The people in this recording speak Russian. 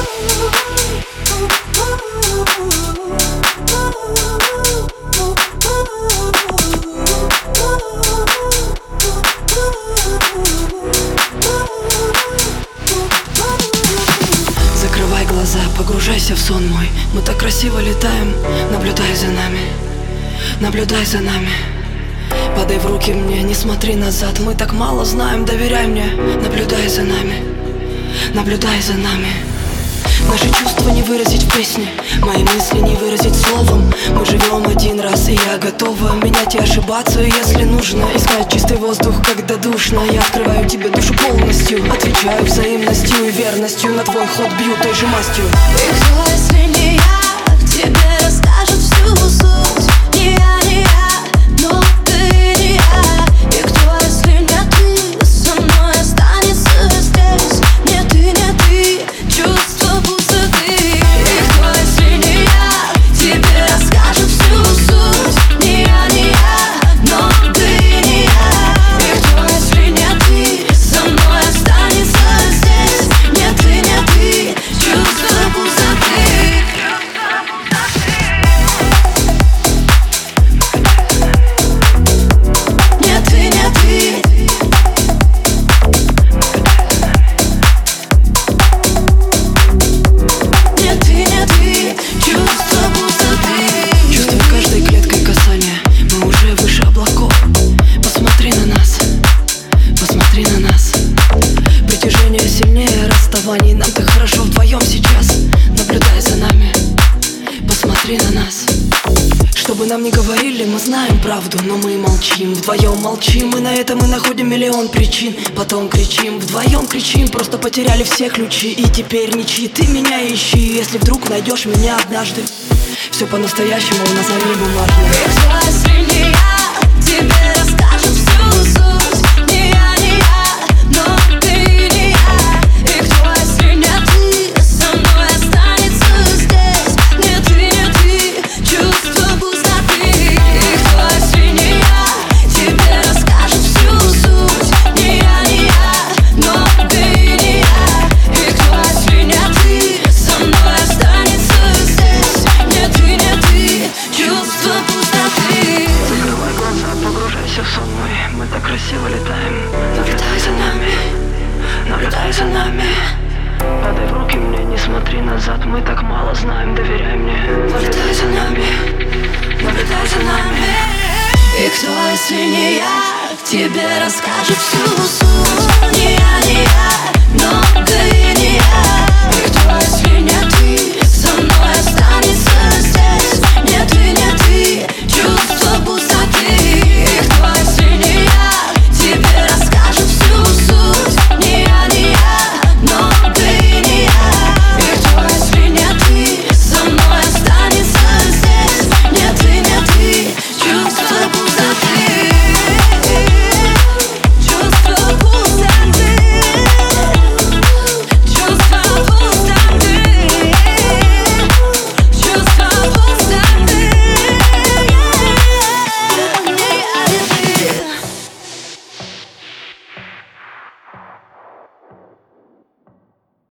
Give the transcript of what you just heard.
Закрывай глаза, погружайся в сон мой. Мы так красиво летаем, наблюдай за нами, наблюдай за нами. Падай в руки мне, не смотри назад. Мы так мало знаем, доверяй мне. Наблюдай за нами, наблюдай за нами. Наши чувства не выразить в песне, мои мысли не выразить словом. Мы живем один раз, и я готова менять и ошибаться, если нужно. Искать чистый воздух, когда душно. Я открываю тебе душу полностью, отвечаю взаимностью и верностью. На твой ход бью той же мастью. И кто, если не я, к тебе расскажет всю суть. Не я, не я, но ты не я. И кто, если не ты, со мной останется здесь. Не ты, не ты, чувство пустоты. И кто, если не я, к тебе расскажет всю суть. Не я, не я, но ты не я. И кто, если не ты, со мной останется здесь. Не ты, не ты, чувство пустоты. Чувствую каждой клеткой касания. Мы уже выше облаков. Посмотри на нас, посмотри на нас. Притяжение сильнее расставаний. Нам так хорошо вдвоем сейчас. Наблюдай за нами, посмотри на нас. Что бы нам ни говорили, мы знаем правду, но мы молчим, вдвоем молчим. И на это мы находим миллион причин. Потом кричим, вдвоем кричим. Просто потеряли все ключи и теперь ничьи. Ты меня ищи, если вдруг найдешь меня однажды. Все по-настоящему у нас они бумажные. И кто, если не я, тебе расскажет всю суть. Не я, не я, но ты не я. И кто, если не ты, со мной останется здесь. Не ты, не ты, чувство пустоты. И кто, если не я, тебе расскажет всю суть. Не я, не я, но ты не я. И кто, если не ты, со мной останется здесь. Не ты, не ты, чувство пустоты. Закрывай глаза, погружайся в сон мой. Мы так красиво летаем. Наблюдай за нами, наблюдай за нами. Падай в руки мне, не смотри назад. Мы так мало знаем, доверяй мне. Наблюдай за нами, наблюдай за нами. И кто, если не я, к тебе расскажет всю суть. Не я, не я,